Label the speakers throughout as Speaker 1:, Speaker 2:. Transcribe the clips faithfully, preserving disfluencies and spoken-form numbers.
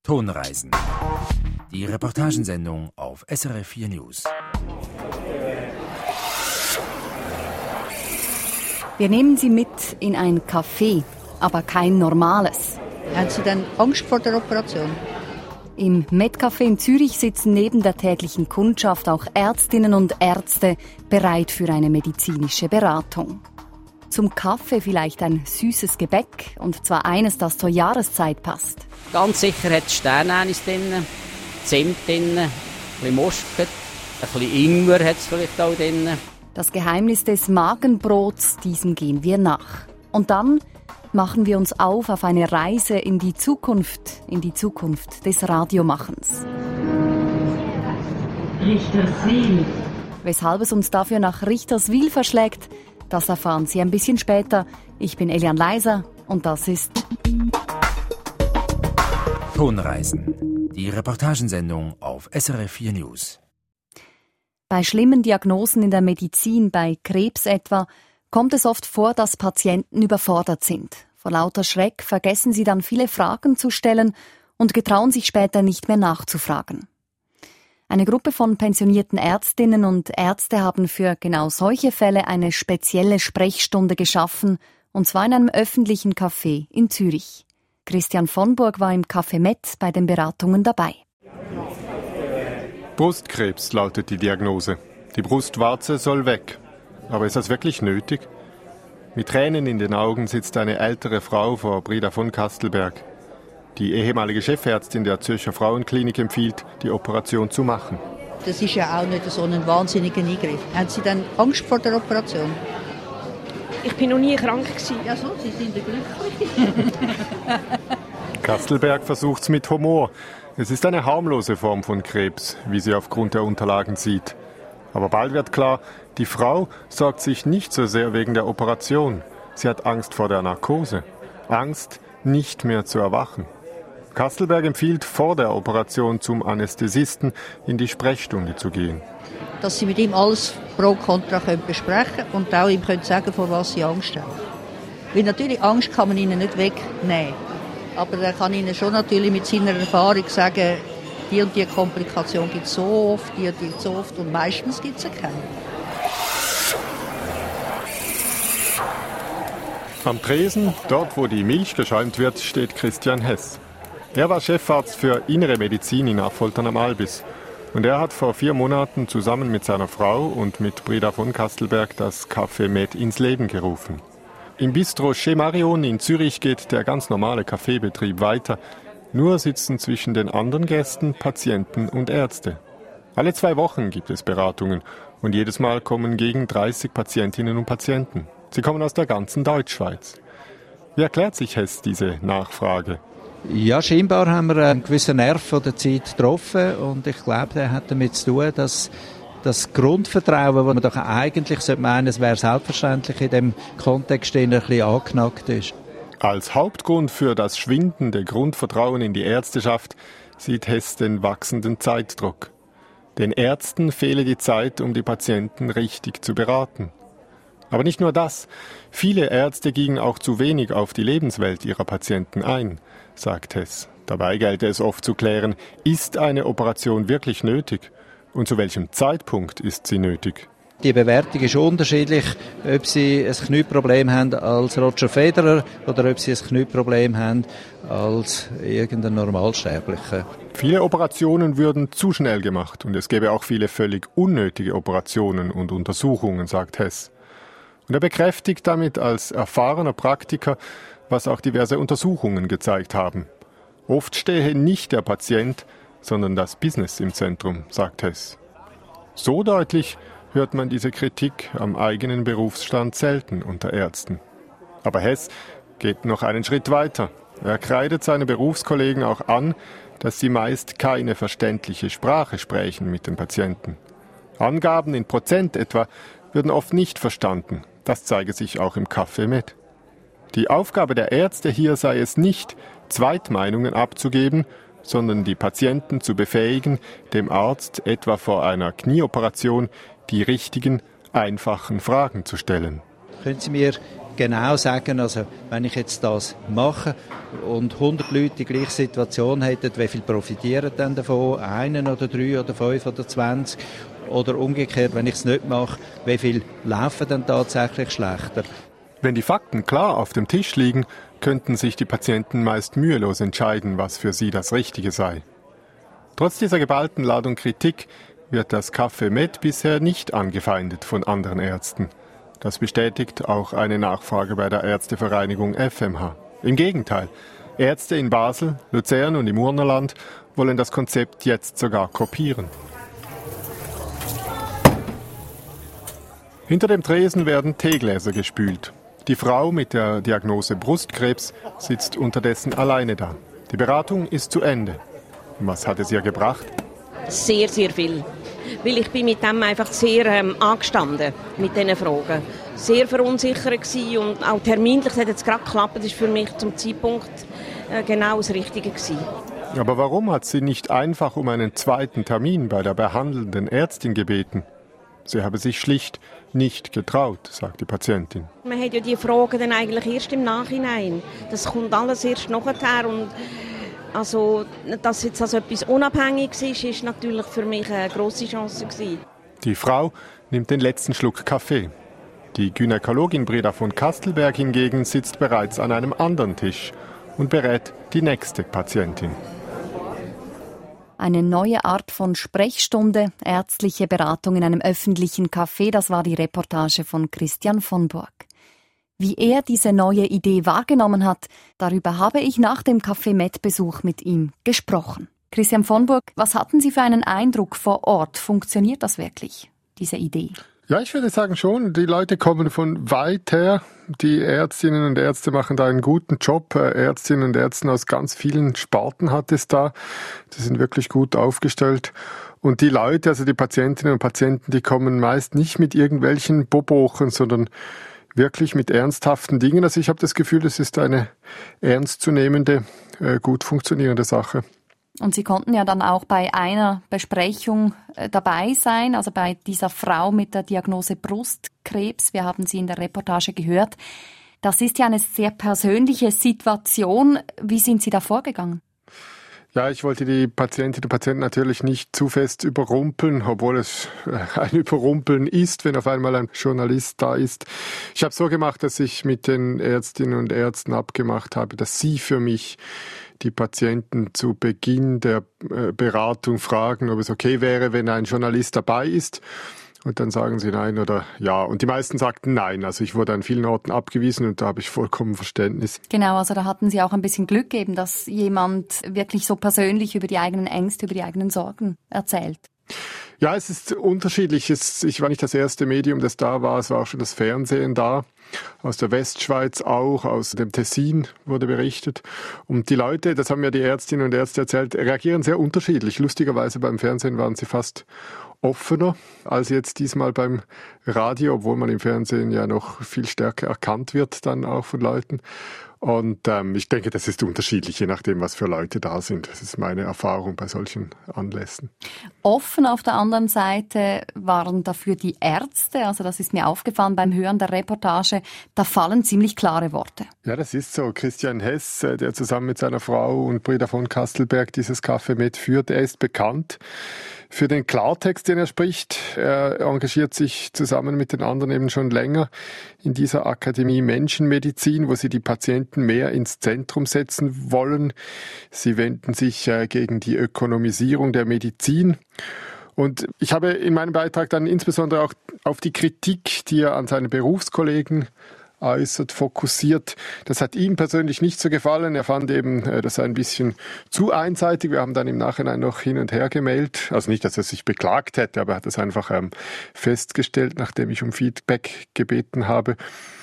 Speaker 1: Tonreisen. Die Reportagensendung auf S R F vier News.
Speaker 2: Wir nehmen Sie mit in ein Café, aber kein normales.
Speaker 3: Haben Sie denn Angst vor der Operation?
Speaker 2: Im Medcafé in Zürich sitzen neben der täglichen Kundschaft auch Ärztinnen und Ärzte bereit für eine medizinische Beratung. Zum Kaffee vielleicht ein süßes Gebäck, und zwar eines, das zur Jahreszeit passt.
Speaker 4: Ganz sicher hat es Sternanis drin, Zimt drin, ein bisschen Muskat, ein bisschen Ingwer hat es vielleicht auch drin.
Speaker 2: Das Geheimnis des Magenbrots, diesem gehen wir nach. Und dann machen wir uns auf auf eine Reise in die Zukunft, in die Zukunft des Radiomachens. Richterswil. Weshalb es uns dafür nach Richterswil verschlägt, das erfahren Sie ein bisschen später. Ich bin Elian Leiser und das ist
Speaker 1: Tonreisen. Die Reportagensendung auf S R F vier News.
Speaker 2: Bei schlimmen Diagnosen in der Medizin, bei Krebs etwa, kommt es oft vor, dass Patienten überfordert sind. Vor lauter Schreck vergessen sie dann viele Fragen zu stellen und getrauen sich später nicht mehr nachzufragen. Eine Gruppe von pensionierten Ärztinnen und Ärzte haben für genau solche Fälle eine spezielle Sprechstunde geschaffen, und zwar in einem öffentlichen Café in Zürich. Christian von Burg war im Café Med bei den Beratungen dabei.
Speaker 5: Brustkrebs lautet die Diagnose. Die Brustwarze soll weg. Aber ist das wirklich nötig? Mit Tränen in den Augen sitzt eine ältere Frau vor Breda von Kastelberg. Die ehemalige Chefärztin der Zürcher Frauenklinik empfiehlt, die Operation zu machen.
Speaker 3: Das ist ja auch nicht so ein wahnsinniger Eingriff. Haben Sie denn Angst vor der Operation?
Speaker 6: Ich bin noch nie krank gewesen.
Speaker 3: Ja so, Sie sind ja glücklich.
Speaker 5: Kastelberg versucht es mit Humor. Es ist eine harmlose Form von Krebs, wie sie aufgrund der Unterlagen sieht. Aber bald wird klar, die Frau sorgt sich nicht so sehr wegen der Operation. Sie hat Angst vor der Narkose. Angst, nicht mehr zu erwachen. Kastelberg empfiehlt, vor der Operation zum Anästhesisten in die Sprechstunde zu gehen.
Speaker 3: Dass Sie mit ihm alles pro und contra können besprechen und auch ihm können sagen, vor was Sie Angst haben. Weil natürlich Angst kann man ihnen nicht wegnehmen. Aber er kann ihnen schon natürlich mit seiner Erfahrung sagen, die und die Komplikation gibt es so oft, die und die so oft und meistens gibt es ja keine.
Speaker 5: Am Tresen, dort wo die Milch geschäumt wird, steht Christian Hess. Er war Chefarzt für Innere Medizin in Affoltern am Albis. Und er hat vor vier Monaten zusammen mit seiner Frau und mit Breda von Kastelberg das Café Med ins Leben gerufen. Im Bistro Chez Marion in Zürich geht der ganz normale Kaffeebetrieb weiter. Nur sitzen zwischen den anderen Gästen Patienten und Ärzte. Alle zwei Wochen gibt es Beratungen und jedes Mal kommen gegen dreißig Patientinnen und Patienten. Sie kommen aus der ganzen Deutschschweiz. Wie erklärt sich Hess diese Nachfrage?
Speaker 7: Ja, scheinbar haben wir einen gewissen Nerv von der Zeit getroffen und ich glaube, der hat damit zu tun, dass das Grundvertrauen, das man doch eigentlich meinen sollte, es wäre selbstverständlich in dem Kontext ein bisschen angenagt ist.
Speaker 5: Als Hauptgrund für das schwindende Grundvertrauen in die Ärzteschaft sieht Hess den wachsenden Zeitdruck. Den Ärzten fehle die Zeit, um die Patienten richtig zu beraten. Aber nicht nur das. Viele Ärzte gingen auch zu wenig auf die Lebenswelt ihrer Patienten ein, sagt Hess. Dabei gelte es oft zu klären, ist eine Operation wirklich nötig? Und zu welchem Zeitpunkt ist sie nötig?
Speaker 7: Die Bewertung ist unterschiedlich, ob Sie ein Knieproblem haben als Roger Federer oder ob Sie ein Knieproblem haben als irgendein Normalsterblicher.
Speaker 5: Viele Operationen würden zu schnell gemacht und es gäbe auch viele völlig unnötige Operationen und Untersuchungen, sagt Hess. Und er bekräftigt damit als erfahrener Praktiker, was auch diverse Untersuchungen gezeigt haben. Oft stehe nicht der Patient, sondern das Business im Zentrum, sagt Hess. So deutlich hört man diese Kritik am eigenen Berufsstand selten unter Ärzten. Aber Hess geht noch einen Schritt weiter. Er kreidet seine Berufskollegen auch an, dass sie meist keine verständliche Sprache sprechen mit den Patienten. Angaben in Prozent etwa würden oft nicht verstanden. Das zeige sich auch im Café Med. Die Aufgabe der Ärzte hier sei es nicht, Zweitmeinungen abzugeben, sondern die Patienten zu befähigen, dem Arzt etwa vor einer Knieoperation die richtigen, einfachen Fragen zu stellen.
Speaker 7: Können Sie mir genau sagen, also wenn ich jetzt das mache und hundert Leute die gleiche Situation hätten, wie viel profitieren denn davon? Einen oder drei oder fünf oder zwanzig? Oder umgekehrt, wenn ich es nicht mache, wie viel laufen dann tatsächlich schlechter?
Speaker 5: Wenn die Fakten klar auf dem Tisch liegen, könnten sich die Patienten meist mühelos entscheiden, was für sie das Richtige sei. Trotz dieser geballten Ladung Kritik wird das Café Med bisher nicht angefeindet von anderen Ärzten. Das bestätigt auch eine Nachfrage bei der Ärztevereinigung F M H. Im Gegenteil, Ärzte in Basel, Luzern und im Urnerland wollen das Konzept jetzt sogar kopieren. Hinter dem Tresen werden Teegläser gespült. Die Frau mit der Diagnose Brustkrebs sitzt unterdessen alleine da. Die Beratung ist zu Ende. Was hat es ihr gebracht?
Speaker 6: Sehr, sehr viel. Weil ich bin mit dem einfach sehr ähm, angestanden, mit diesen Fragen. Sehr verunsichert gewesen und auch terminlich, es hat jetzt gerade geklappt, das ist für mich zum Zeitpunkt äh, genau das Richtige gewesen.
Speaker 5: Aber warum hat sie nicht einfach um einen zweiten Termin bei der behandelnden Ärztin gebeten? Sie habe sich schlicht nicht getraut, sagt die Patientin.
Speaker 6: Man hat ja die Fragen dann eigentlich erst im Nachhinein. Das kommt alles erst nachher. Und also, dass jetzt also etwas Unabhängiges ist, ist natürlich für mich eine grosse Chance gewesen.
Speaker 5: Die Frau nimmt den letzten Schluck Kaffee. Die Gynäkologin Breda von Kastelberg hingegen sitzt bereits an einem anderen Tisch und berät die nächste Patientin.
Speaker 2: Eine neue Art von Sprechstunde, ärztliche Beratung in einem öffentlichen Café, das war die Reportage von Christian von Burg. Wie er diese neue Idee wahrgenommen hat, darüber habe ich nach dem Café Med-Besuch mit ihm gesprochen. Christian von Burg, was hatten Sie für einen Eindruck vor Ort? Funktioniert das wirklich, diese Idee?
Speaker 5: Ja, ich würde sagen schon. Die Leute kommen von weit her. Die Ärztinnen und Ärzte machen da einen guten Job. Ärztinnen und Ärzte aus ganz vielen Sparten hat es da. Die sind wirklich gut aufgestellt. Und die Leute, also die Patientinnen und Patienten, die kommen meist nicht mit irgendwelchen Bobochen, sondern wirklich mit ernsthaften Dingen. Also ich habe das Gefühl, es ist eine ernstzunehmende, gut funktionierende Sache.
Speaker 2: Und Sie konnten ja dann auch bei einer Besprechung dabei sein, also bei dieser Frau mit der Diagnose Brustkrebs. Wir haben sie in der Reportage gehört. Das ist ja eine sehr persönliche Situation. Wie sind Sie da vorgegangen?
Speaker 5: Ja, ich wollte die Patientinnen und Patienten natürlich nicht zu fest überrumpeln, obwohl es ein Überrumpeln ist, wenn auf einmal ein Journalist da ist. Ich habe so gemacht, dass ich mit den Ärztinnen und Ärzten abgemacht habe, dass sie für mich die Patienten zu Beginn der Beratung fragen, ob es okay wäre, wenn ein Journalist dabei ist. Und dann sagen sie nein oder ja. Und die meisten sagten nein. Also ich wurde an vielen Orten abgewiesen und da habe ich vollkommen Verständnis.
Speaker 2: Genau, also da hatten Sie auch ein bisschen Glück eben, dass jemand wirklich so persönlich über die eigenen Ängste, über die eigenen Sorgen erzählt.
Speaker 5: Ja, es ist unterschiedlich. Es, ich war nicht das erste Medium, das da war. Es war auch schon das Fernsehen da. Aus der Westschweiz auch, aus dem Tessin wurde berichtet. Und die Leute, das haben ja die Ärztinnen und Ärzte erzählt, reagieren sehr unterschiedlich. Lustigerweise beim Fernsehen waren sie fast offener als jetzt diesmal beim Radio, obwohl man im Fernsehen ja noch viel stärker erkannt wird dann auch von Leuten. Und ähm, ich denke, das ist unterschiedlich, je nachdem, was für Leute da sind. Das ist meine Erfahrung bei solchen Anlässen.
Speaker 2: Offen auf der anderen Seite waren dafür die Ärzte. Also das ist mir aufgefallen beim Hören der Reportage. Da fallen ziemlich klare Worte.
Speaker 5: Ja, das ist so. Christian Hess, der zusammen mit seiner Frau und Breda von Kastelberg dieses Café Med führt, er ist bekannt für den Klartext, den er spricht. Er engagiert sich zusammen mit den anderen eben schon länger in dieser Akademie Menschenmedizin, wo sie die Patienten mehr ins Zentrum setzen wollen. Sie wenden sich gegen die Ökonomisierung der Medizin. Und ich habe in meinem Beitrag dann insbesondere auch auf die Kritik, die er an seine Berufskollegen äußert, fokussiert. Das hat ihm persönlich nicht so gefallen. Er fand eben, das sei ein bisschen zu einseitig. Wir haben dann im Nachhinein noch hin und her gemailt. Also nicht, dass er sich beklagt hätte, aber er hat es einfach ähm, festgestellt, nachdem ich um Feedback gebeten habe.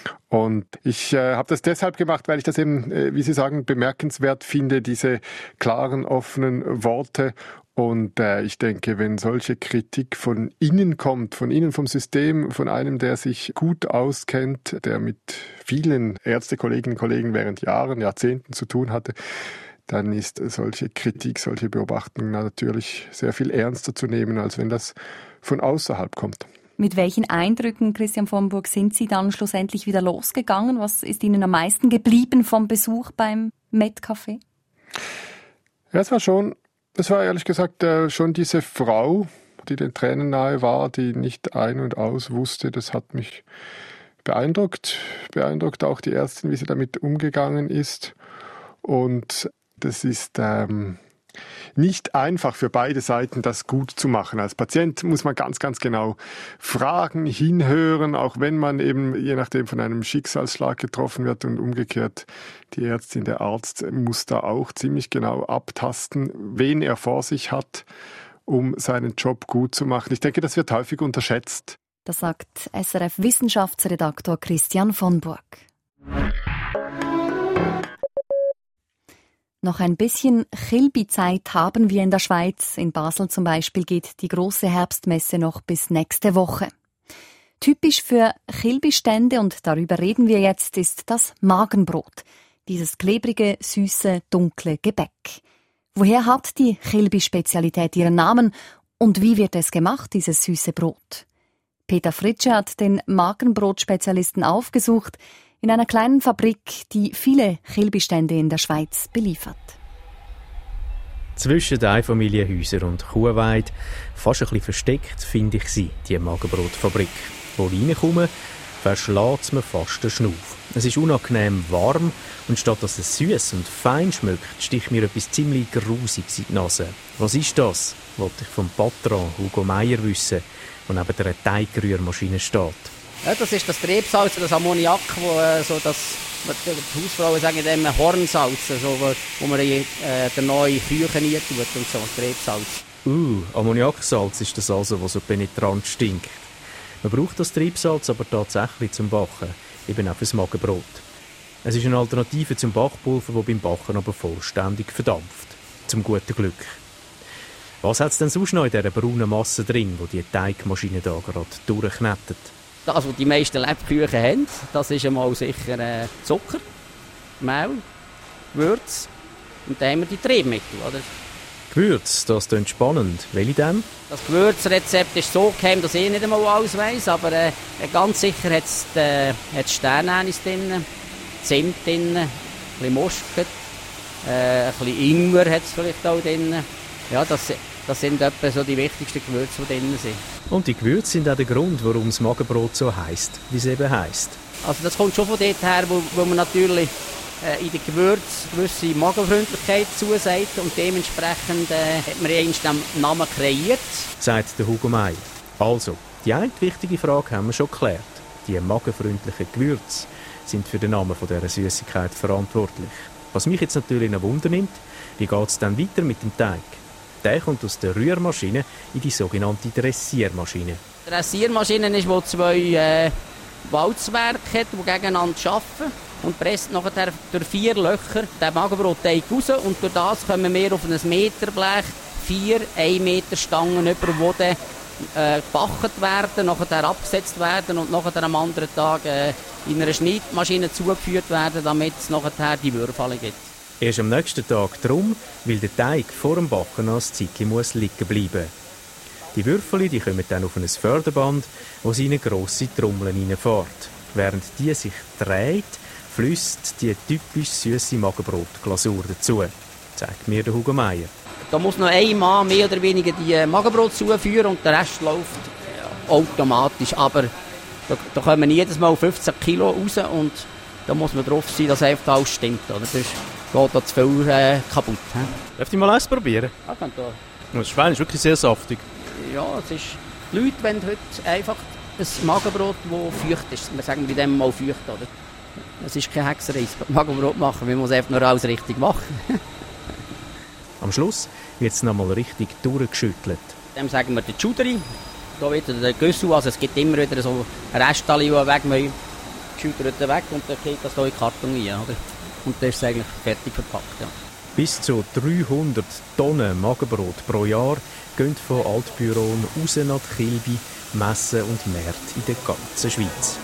Speaker 5: Und ich äh, habe das deshalb gemacht, weil ich das eben, äh, wie Sie sagen, bemerkenswert finde, diese klaren, offenen Worte. Und äh, ich denke, wenn solche Kritik von innen kommt, von innen vom System, von einem, der sich gut auskennt, der mit vielen Ärztekolleginnen und Kollegen während Jahren, Jahrzehnten zu tun hatte, dann ist solche Kritik, solche Beobachtungen natürlich sehr viel ernster zu nehmen, als wenn das von außerhalb kommt.
Speaker 2: Mit welchen Eindrücken, Christian von Burg, sind Sie dann schlussendlich wieder losgegangen? Was ist Ihnen am meisten geblieben vom Besuch beim Med-Café?
Speaker 5: Ja, es war schon, es war ehrlich gesagt äh, schon diese Frau, die den Tränen nahe war, die nicht ein- und aus wusste. Das hat mich beeindruckt. Beeindruckt auch die Ärztin, wie sie damit umgegangen ist. Und das ist ähm, nicht einfach für beide Seiten, das gut zu machen. Als Patient muss man ganz, ganz genau fragen, hinhören, auch wenn man eben je nachdem von einem Schicksalsschlag getroffen wird, und umgekehrt die Ärztin, der Arzt muss da auch ziemlich genau abtasten, wen er vor sich hat, um seinen Job gut zu machen. Ich denke, das wird häufig unterschätzt.
Speaker 2: Das sagt S R F-Wissenschaftsredaktor Christian von Burg. Noch ein bisschen Chilbi-Zeit haben wir in der Schweiz. In Basel zum Beispiel geht die große Herbstmesse noch bis nächste Woche. Typisch für Chilbi-Stände, und darüber reden wir jetzt, ist das Magenbrot. Dieses klebrige, süße, dunkle Gebäck. Woher hat die Chilbi-Spezialität ihren Namen und wie wird es gemacht, dieses süße Brot? Peter Fritsche hat den Magenbrot-Spezialisten aufgesucht in einer kleinen Fabrik, die viele Chilbi-Stände in der Schweiz beliefert.
Speaker 8: Zwischen Einfamilienhäusern und Kuhweide, fast ein bisschen versteckt, finde ich sie, die Magenbrotfabrik. Wo ich reinkomme, verschlägt es mir fast den Schnuff. Es ist unangenehm warm und statt dass es süß und fein schmeckt, sticht mir etwas ziemlich Grusiges in die Nase. Was ist das? Wollte ich vom Patron Hugo Meier wissen, der neben der Teigrührmaschine steht.
Speaker 4: Ja, das ist das Treibsalz, das Ammoniak, wo, äh, so das, die Hausfrauen sagen dem Hornsalz, also, wo, wo man äh, den neuen Küchen nie tut und so, Treibsalz.
Speaker 8: Uh, Ammoniaksalz ist das also, was so penetrant stinkt. Man braucht das Treibsalz aber tatsächlich zum Backen, eben auch fürs Magenbrot. Es ist eine Alternative zum Backpulver, das beim Backen aber vollständig verdampft. Zum guten Glück. Was hat es denn sonst noch in dieser braunen Masse drin, die die Teigmaschine da gerade durchknetet?
Speaker 4: Das, was die meisten Lebkuchen haben, das ist einmal sicher äh, Zucker, Mehl, Gewürz und dann haben wir die Triebmittel, oder?
Speaker 8: Gewürz, das klingt spannend. Welche denn?
Speaker 4: Das Gewürzrezept ist so geheim, dass ich nicht einmal alles weiss, aber äh, ganz sicher hat es äh, Sternanis drin, Zimt drin, ein bisschen Muskat, äh, ein bisschen Ingwer hat es vielleicht auch drin. Ja, das, das sind etwa so die wichtigsten Gewürze, die drin sind.
Speaker 8: Und die Gewürze sind auch der Grund, warum das Magenbrot so heisst, wie es eben heisst.
Speaker 4: Also das kommt schon von dort her, wo, wo man natürlich äh, in den Gewürzen gewisse Magenfreundlichkeit zusagt und dementsprechend äh, hat man einst den Namen kreiert.
Speaker 8: Sagt der Hugo Meier. Also, die eine wichtige Frage haben wir schon geklärt. Die magenfreundlichen Gewürze sind für den Namen dieser Süßigkeit verantwortlich. Was mich jetzt natürlich noch wundernimmt, wie geht es dann weiter mit dem Teig? Der kommt aus der Rührmaschine in die sogenannte Dressiermaschine.
Speaker 4: Die Dressiermaschine ist, die zwei äh, Walzwerke hat, die gegeneinander arbeiten und presst nachher durch vier Löcher den Magenbrotteig raus und durch das kommen wir auf ein Meterblech vier ein Meter Stangen über, die dann äh, gebacken werden, nachher abgesetzt werden und nachher am anderen Tag äh, in einer Schneidmaschine zugeführt werden, damit es nachher die Würfel gibt.
Speaker 8: Erst am nächsten Tag drum, weil der Teig vor dem Backen noch ein Zeitchen muss liegen bleiben. Die Würfel die kommen dann auf ein Förderband, das in eine grosse Trommel hineinfährt. Während die sich dreht, fließt die typisch süße Magenbrotglasur dazu, zeigt mir der Hugo Meier.
Speaker 4: Da muss noch ein Mann mehr oder weniger die Magenbrot zuführen und der Rest läuft automatisch. Aber da, da kommen jedes Mal fünfzehn Kilo raus und da muss man drauf sein, dass einfach alles stimmt. Oder? Sonst geht da zu viel äh, kaputt. He?
Speaker 9: Darf ich mal eins probieren?
Speaker 4: Ja, könnt ihr.
Speaker 9: Das Schwein ist wirklich sehr saftig.
Speaker 4: Ja, es ist, die Leute wollen heute einfach ein Magenbrot, das feucht ist. Wir sagen bei dem mal feucht. Oder? Es ist kein Hexerei, Magenbrot machen, wir müssen einfach nur alles richtig machen.
Speaker 8: Am Schluss wird es nochmal richtig durchgeschüttelt.
Speaker 4: Dem sagen wir den Schuderi. Da wird der Güssel, also es gibt immer wieder so Restali, die weg müssen. Schüttert weg und dann geht das hier in den Karton rein. Oder? Und dann ist es eigentlich fertig verpackt. Ja.
Speaker 8: Bis zu dreihundert Tonnen Magenbrot pro Jahr gehen von Altbüron raus nach Chilbi, Messen und Märkte in der ganzen Schweiz.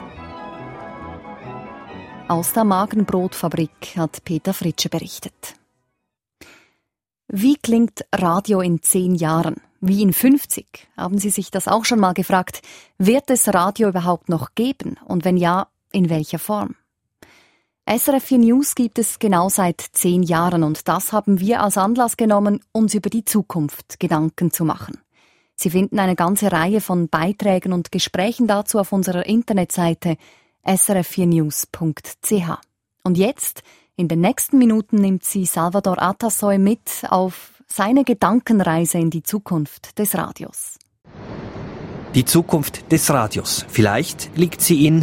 Speaker 2: Aus der Magenbrotfabrik hat Peter Fritsche berichtet. Wie klingt Radio in zehn Jahren? Wie in fünfzig? Haben Sie sich das auch schon mal gefragt? Wird es Radio überhaupt noch geben? Und wenn ja, in welcher Form? S R F vier News gibt es genau seit zehn Jahren und das haben wir als Anlass genommen, uns über die Zukunft Gedanken zu machen. Sie finden eine ganze Reihe von Beiträgen und Gesprächen dazu auf unserer Internetseite s r f vier news punkt c h. Und jetzt, in den nächsten Minuten, nimmt sie Salvador Atasoy mit auf seine Gedankenreise in die Zukunft des Radios.
Speaker 10: Die Zukunft des Radios. Vielleicht liegt sie in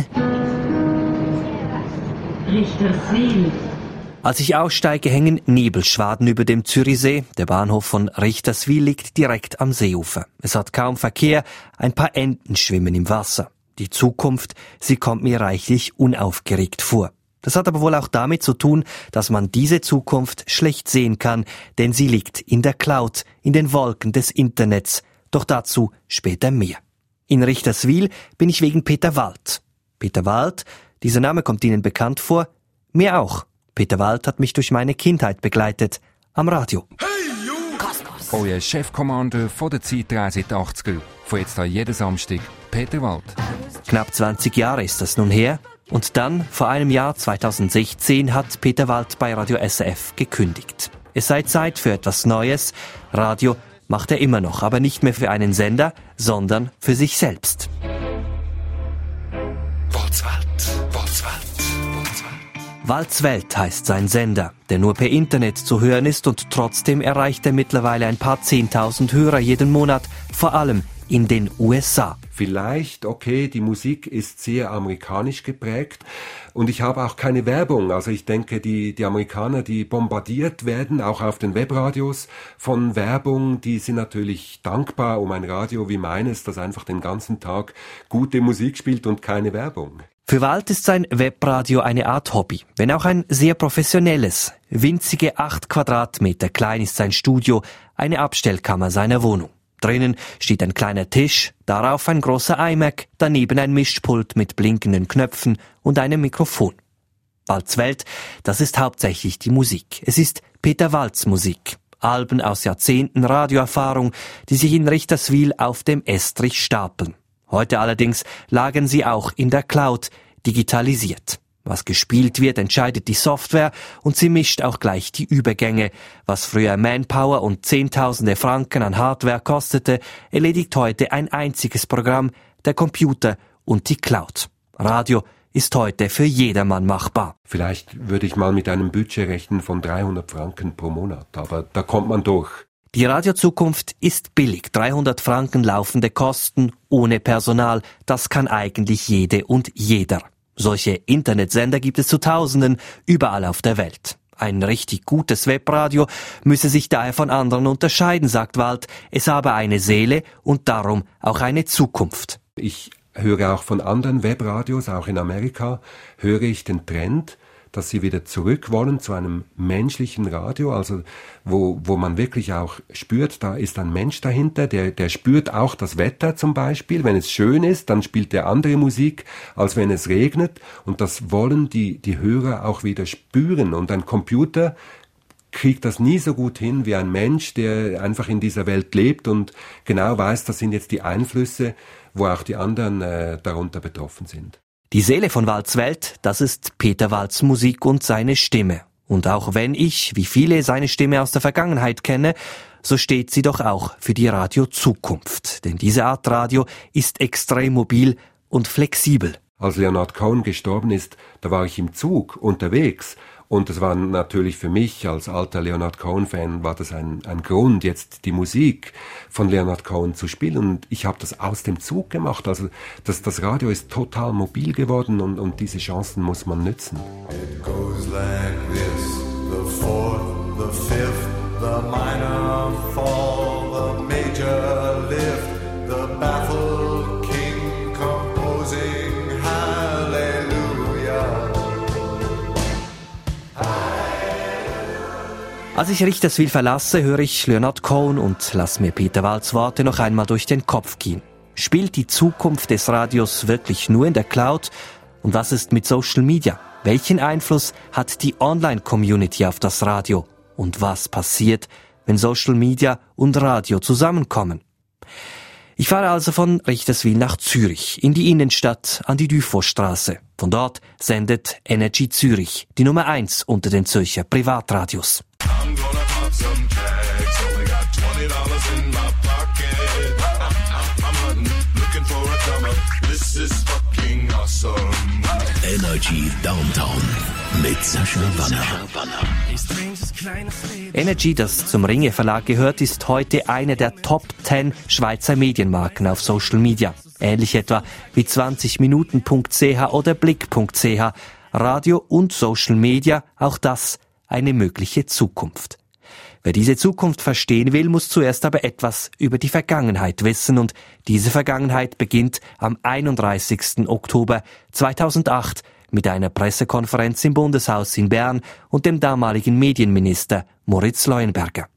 Speaker 10: Richterswil. Als ich aussteige, hängen Nebelschwaden über dem Zürichsee. Der Bahnhof von Richterswil liegt direkt am Seeufer. Es hat kaum Verkehr, ein paar Enten schwimmen im Wasser. Die Zukunft, sie kommt mir reichlich unaufgeregt vor. Das hat aber wohl auch damit zu tun, dass man diese Zukunft schlecht sehen kann, denn sie liegt in der Cloud, in den Wolken des Internets. Doch dazu später mehr. In Richterswil bin ich wegen Peter Wald. Peter Wald, dieser Name kommt Ihnen bekannt vor? Mir auch. Peter Wald hat mich durch meine Kindheit begleitet. Am Radio.
Speaker 1: Hey, you! Kosmos. Euer Chefkommando von der Zeitreise in die achtziger. Von jetzt an jeden Samstag. Peter Wald.
Speaker 10: Knapp zwanzig Jahre ist das nun her. Und dann, vor einem Jahr, zweitausendsechzehn, hat Peter Wald bei Radio S R F gekündigt. Es sei Zeit für etwas Neues. Radio macht er immer noch, aber nicht mehr für einen Sender, sondern für sich selbst.
Speaker 1: Walds Welt, Walds Welt, Walds Welt.
Speaker 10: Walds Welt heißt sein Sender, der nur per Internet zu hören ist und trotzdem erreicht er mittlerweile ein paar zehntausend Hörer jeden Monat, vor allem in den U S A.
Speaker 11: Vielleicht, okay, die Musik ist sehr amerikanisch geprägt und ich habe auch keine Werbung. Also ich denke, die, die Amerikaner, die bombardiert werden, auch auf den Webradios von Werbung, die sind natürlich dankbar um ein Radio wie meines, das einfach den ganzen Tag gute Musik spielt und keine Werbung.
Speaker 10: Für Wald ist sein Webradio eine Art Hobby, wenn auch ein sehr professionelles. Winzige acht Quadratmeter klein ist sein Studio, eine Abstellkammer seiner Wohnung. Drinnen steht ein kleiner Tisch, darauf ein großer iMac, daneben ein Mischpult mit blinkenden Knöpfen und einem Mikrofon. Walds Welt, das ist hauptsächlich die Musik. Es ist Peter Walds Musik. Alben aus Jahrzehnten Radioerfahrung, die sich in Richterswil auf dem Estrich stapeln. Heute allerdings lagern sie auch in der Cloud, digitalisiert. Was gespielt wird, entscheidet die Software und sie mischt auch gleich die Übergänge. Was früher Manpower und Zehntausende Franken an Hardware kostete, erledigt heute ein einziges Programm, der Computer und die Cloud. Radio ist heute für jedermann machbar.
Speaker 11: Vielleicht würde ich mal mit einem Budget rechnen von dreihundert Franken pro Monat, aber da kommt man durch.
Speaker 10: Die Radiozukunft ist billig. dreihundert Franken laufende Kosten ohne Personal. Das kann eigentlich jede und jeder. Solche Internetsender gibt es zu Tausenden überall auf der Welt. Ein richtig gutes Webradio müsse sich daher von anderen unterscheiden, sagt Wald. Es habe eine Seele und darum auch eine Zukunft.
Speaker 11: Ich höre auch von anderen Webradios, auch in Amerika, höre ich den Trend, dass sie wieder zurück wollen zu einem menschlichen Radio, also wo wo man wirklich auch spürt, da ist ein Mensch dahinter, der der spürt auch das Wetter zum Beispiel. Wenn es schön ist, dann spielt der andere Musik, als wenn es regnet. Und das wollen die die Hörer auch wieder spüren. Und ein Computer kriegt das nie so gut hin wie ein Mensch, der einfach in dieser Welt lebt und genau weiß, das sind jetzt die Einflüsse, wo auch die anderen äh, darunter betroffen sind.
Speaker 10: Die Seele von Walds Welt, das ist Peter Walds Musik und seine Stimme. Und auch wenn ich, wie viele, seine Stimme aus der Vergangenheit kenne, so steht sie doch auch für die Radio-Zukunft. Denn diese Art Radio ist extrem mobil und flexibel.
Speaker 11: Als Leonard Cohen gestorben ist, da war ich im Zug unterwegs. Und das war natürlich für mich als alter Leonard Cohen-Fan war das ein, ein Grund, jetzt die Musik von Leonard Cohen zu spielen. Und ich habe das aus dem Zug gemacht. Also das, das Radio ist total mobil geworden und, und diese Chancen muss man nützen.
Speaker 12: It goes like this, the fourth, the fifth, the minor fall, the major lift, the baffled king composing hallelujah.
Speaker 10: Als ich Richterswil verlasse, höre ich Leonard Cohen und lass mir Peter Walds Worte noch einmal durch den Kopf gehen. Spielt die Zukunft des Radios wirklich nur in der Cloud? Und was ist mit Social Media? Welchen Einfluss hat die Online-Community auf das Radio? Und was passiert, wenn Social Media und Radio zusammenkommen? Ich fahre also von Richterswil nach Zürich, in die Innenstadt, an die Dufourstrasse. Von dort sendet Energy Zürich, die Nummer eins unter den Zürcher Privatradios.
Speaker 13: Energy Downtown mit Sascha Banner.
Speaker 10: Energy, das zum Ringe Verlag gehört, ist heute eine der Top zehn Schweizer Medienmarken auf Social Media. Ähnlich etwa wie zwanzig minuten punkt c h oder blick punkt c h. Radio und Social Media, auch das eine mögliche Zukunft. Wer diese Zukunft verstehen will, muss zuerst aber etwas über die Vergangenheit wissen, und diese Vergangenheit beginnt am einunddreißigsten Oktober zweitausendacht mit einer Pressekonferenz im Bundeshaus in Bern und dem damaligen Medienminister Moritz Leuenberger.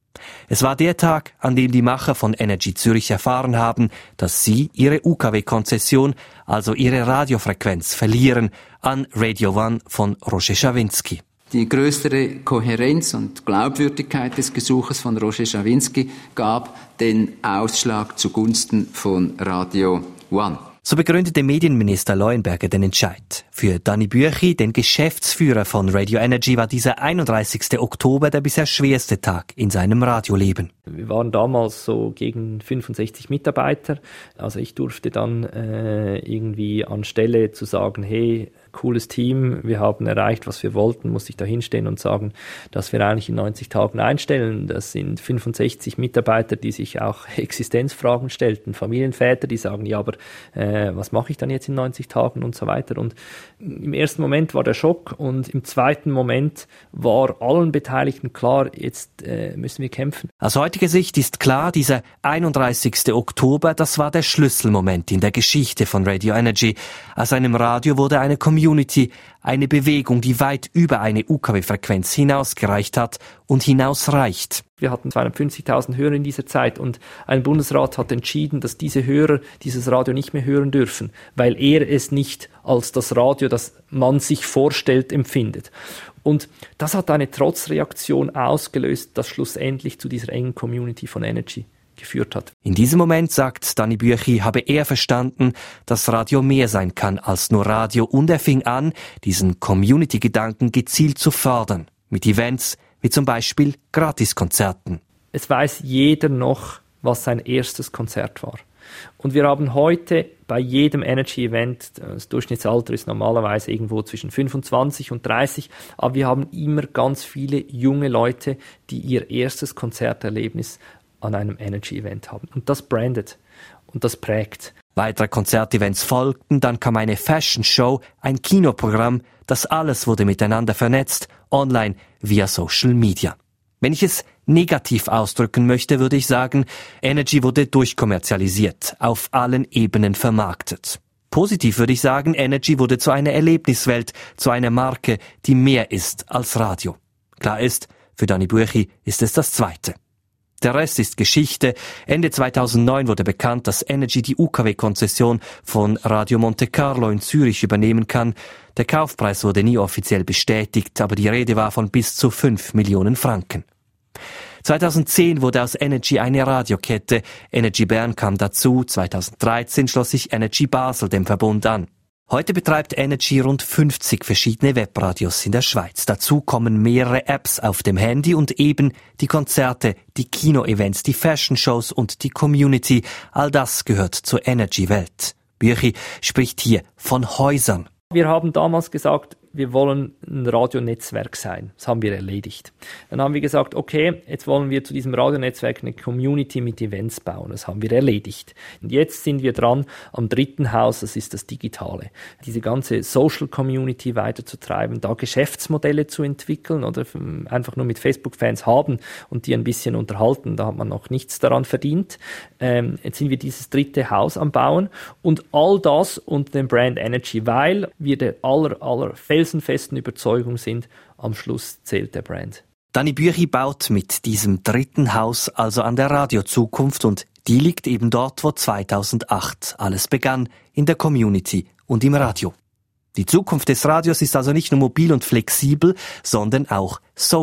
Speaker 10: Es war der Tag, an dem die Macher von Energy Zürich erfahren haben, dass sie ihre U K W-Konzession, also ihre Radiofrequenz, verlieren an Radio One von Roger Schawinski.
Speaker 14: Die größere Kohärenz und Glaubwürdigkeit des Gesuches von Roger Schawinski gab den Ausschlag zugunsten von Radio One.
Speaker 10: So begründete Medienminister Leuenberger den Entscheid. Für Dani Büchi, den Geschäftsführer von Radio Energy, war dieser einunddreißigste Oktober der bisher schwerste Tag in seinem Radioleben.
Speaker 8: Wir waren damals so gegen fünfundsechzig Mitarbeiter. Also ich durfte dann äh, irgendwie anstelle zu sagen, hey, cooles Team, wir haben erreicht, was wir wollten, musste ich da hinstehen und sagen, dass wir eigentlich in neunzig Tagen einstellen. Das sind fünfundsechzig Mitarbeiter, die sich auch Existenzfragen stellten, Familienväter, die sagen, ja, aber äh, was mache ich dann jetzt in neunzig Tagen und so weiter. Und im ersten Moment war der Schock, und im zweiten Moment war allen Beteiligten klar, jetzt äh, müssen wir kämpfen.
Speaker 10: Aus heutiger Sicht ist klar, dieser einunddreißigste Oktober, das war der Schlüsselmoment in der Geschichte von Radio Energy. Aus einem Radio wurde eine Community, eine Bewegung, die weit über eine U K W-Frequenz hinausgereicht hat und hinausreicht.
Speaker 8: Wir hatten zweihundertfünfzigtausend Hörer in dieser Zeit, und ein Bundesrat hat entschieden, dass diese Hörer dieses Radio nicht mehr hören dürfen, weil er es nicht als das Radio, das man sich vorstellt, empfindet. Und das hat eine Trotzreaktion ausgelöst, das schlussendlich zu dieser engen Community von Energy geführt hat.
Speaker 10: In diesem Moment, sagt Dani Büchi, habe er verstanden, dass Radio mehr sein kann als nur Radio, und er fing an, diesen Community-Gedanken gezielt zu fördern. Mit Events wie zum Beispiel Gratiskonzerten.
Speaker 8: Es weiß jeder noch, was sein erstes Konzert war. Und wir haben heute bei jedem Energy-Event, das Durchschnittsalter ist normalerweise irgendwo zwischen fünfundzwanzig und dreißig, aber wir haben immer ganz viele junge Leute, die ihr erstes Konzerterlebnis an einem Energy-Event haben. Und das brandet und das prägt.
Speaker 10: Weitere Konzertevents folgten, dann kam eine Fashion-Show, ein Kinoprogramm, das alles wurde miteinander vernetzt, online via Social Media. Wenn ich es negativ ausdrücken möchte, würde ich sagen, Energy wurde durchkommerzialisiert, auf allen Ebenen vermarktet. Positiv würde ich sagen, Energy wurde zu einer Erlebniswelt, zu einer Marke, die mehr ist als Radio. Klar ist, für Dani Büchi ist es das Zweite. Der Rest ist Geschichte. Ende zweitausendneun wurde bekannt, dass Energy die U K W-Konzession von Radio Monte Carlo in Zürich übernehmen kann. Der Kaufpreis wurde nie offiziell bestätigt, aber die Rede war von bis zu fünf Millionen Franken. zweitausendzehn wurde aus Energy eine Radiokette. Energy Bern kam dazu. zweitausenddreizehn schloss sich Energy Basel dem Verbund an. Heute betreibt Energy rund fünfzig verschiedene Webradios in der Schweiz. Dazu kommen mehrere Apps auf dem Handy und eben die Konzerte, die Kino-Events, die Fashion-Shows und die Community. All das gehört zur Energy-Welt. Büchi spricht hier von Häusern.
Speaker 8: Wir haben damals gesagt, wir wollen ein Radionetzwerk sein. Das haben wir erledigt. Dann haben wir gesagt, okay, jetzt wollen wir zu diesem Radionetzwerk eine Community mit Events bauen. Das haben wir erledigt. Und jetzt sind wir dran am dritten Haus, das ist das Digitale. Diese ganze Social Community weiterzutreiben, da Geschäftsmodelle zu entwickeln oder einfach nur mit Facebook-Fans haben und die ein bisschen unterhalten. Da hat man noch nichts daran verdient. Ähm, jetzt sind wir dieses dritte Haus am Bauen und all das unter dem Brand Energy, weil wir der aller, aller felsenfesten Überzeugung sind, am Schluss zählt der Brand.
Speaker 10: Dani Büchi baut mit diesem dritten Haus also an der Radiozukunft, und die liegt eben dort, wo zweitausendacht alles begann, in der Community und im Radio. Die Zukunft des Radios ist also nicht nur mobil und flexibel, sondern auch social.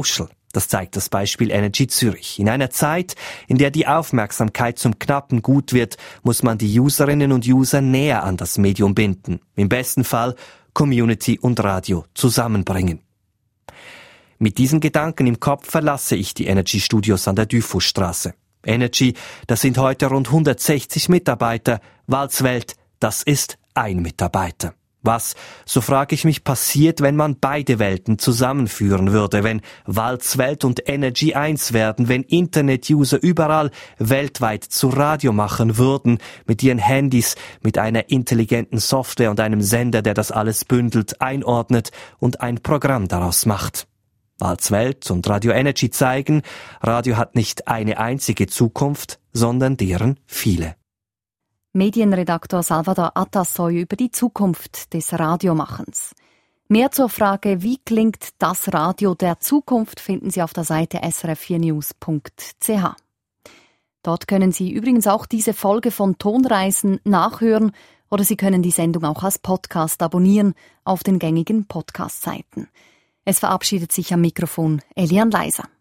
Speaker 10: Das zeigt das Beispiel Energy Zürich. In einer Zeit, in der die Aufmerksamkeit zum knappen Gut wird, muss man die Userinnen und User näher an das Medium binden. Im besten Fall Community und Radio zusammenbringen. Mit diesen Gedanken im Kopf verlasse ich die Energy Studios an der Dufourstraße. Energy, das sind heute rund hundertsechzig Mitarbeiter. Walzwelt, das ist ein Mitarbeiter. Was, so frage ich mich, passiert, wenn man beide Welten zusammenführen würde, wenn Walzwelt und Energy eins werden, wenn Internet-User überall weltweit zu Radio machen würden, mit ihren Handys, mit einer intelligenten Software und einem Sender, der das alles bündelt, einordnet und ein Programm daraus macht. Walzwelt und Radio Energy zeigen, Radio hat nicht eine einzige Zukunft, sondern deren viele.
Speaker 2: Medienredaktor Salvador Atassoy über die Zukunft des Radiomachens. Mehr zur Frage, wie klingt das Radio der Zukunft, finden Sie auf der Seite s r f vier news punkt c h. Dort können Sie übrigens auch diese Folge von Tonreisen nachhören oder Sie können die Sendung auch als Podcast abonnieren auf den gängigen Podcast-Seiten. Es verabschiedet sich am Mikrofon Elian Leiser.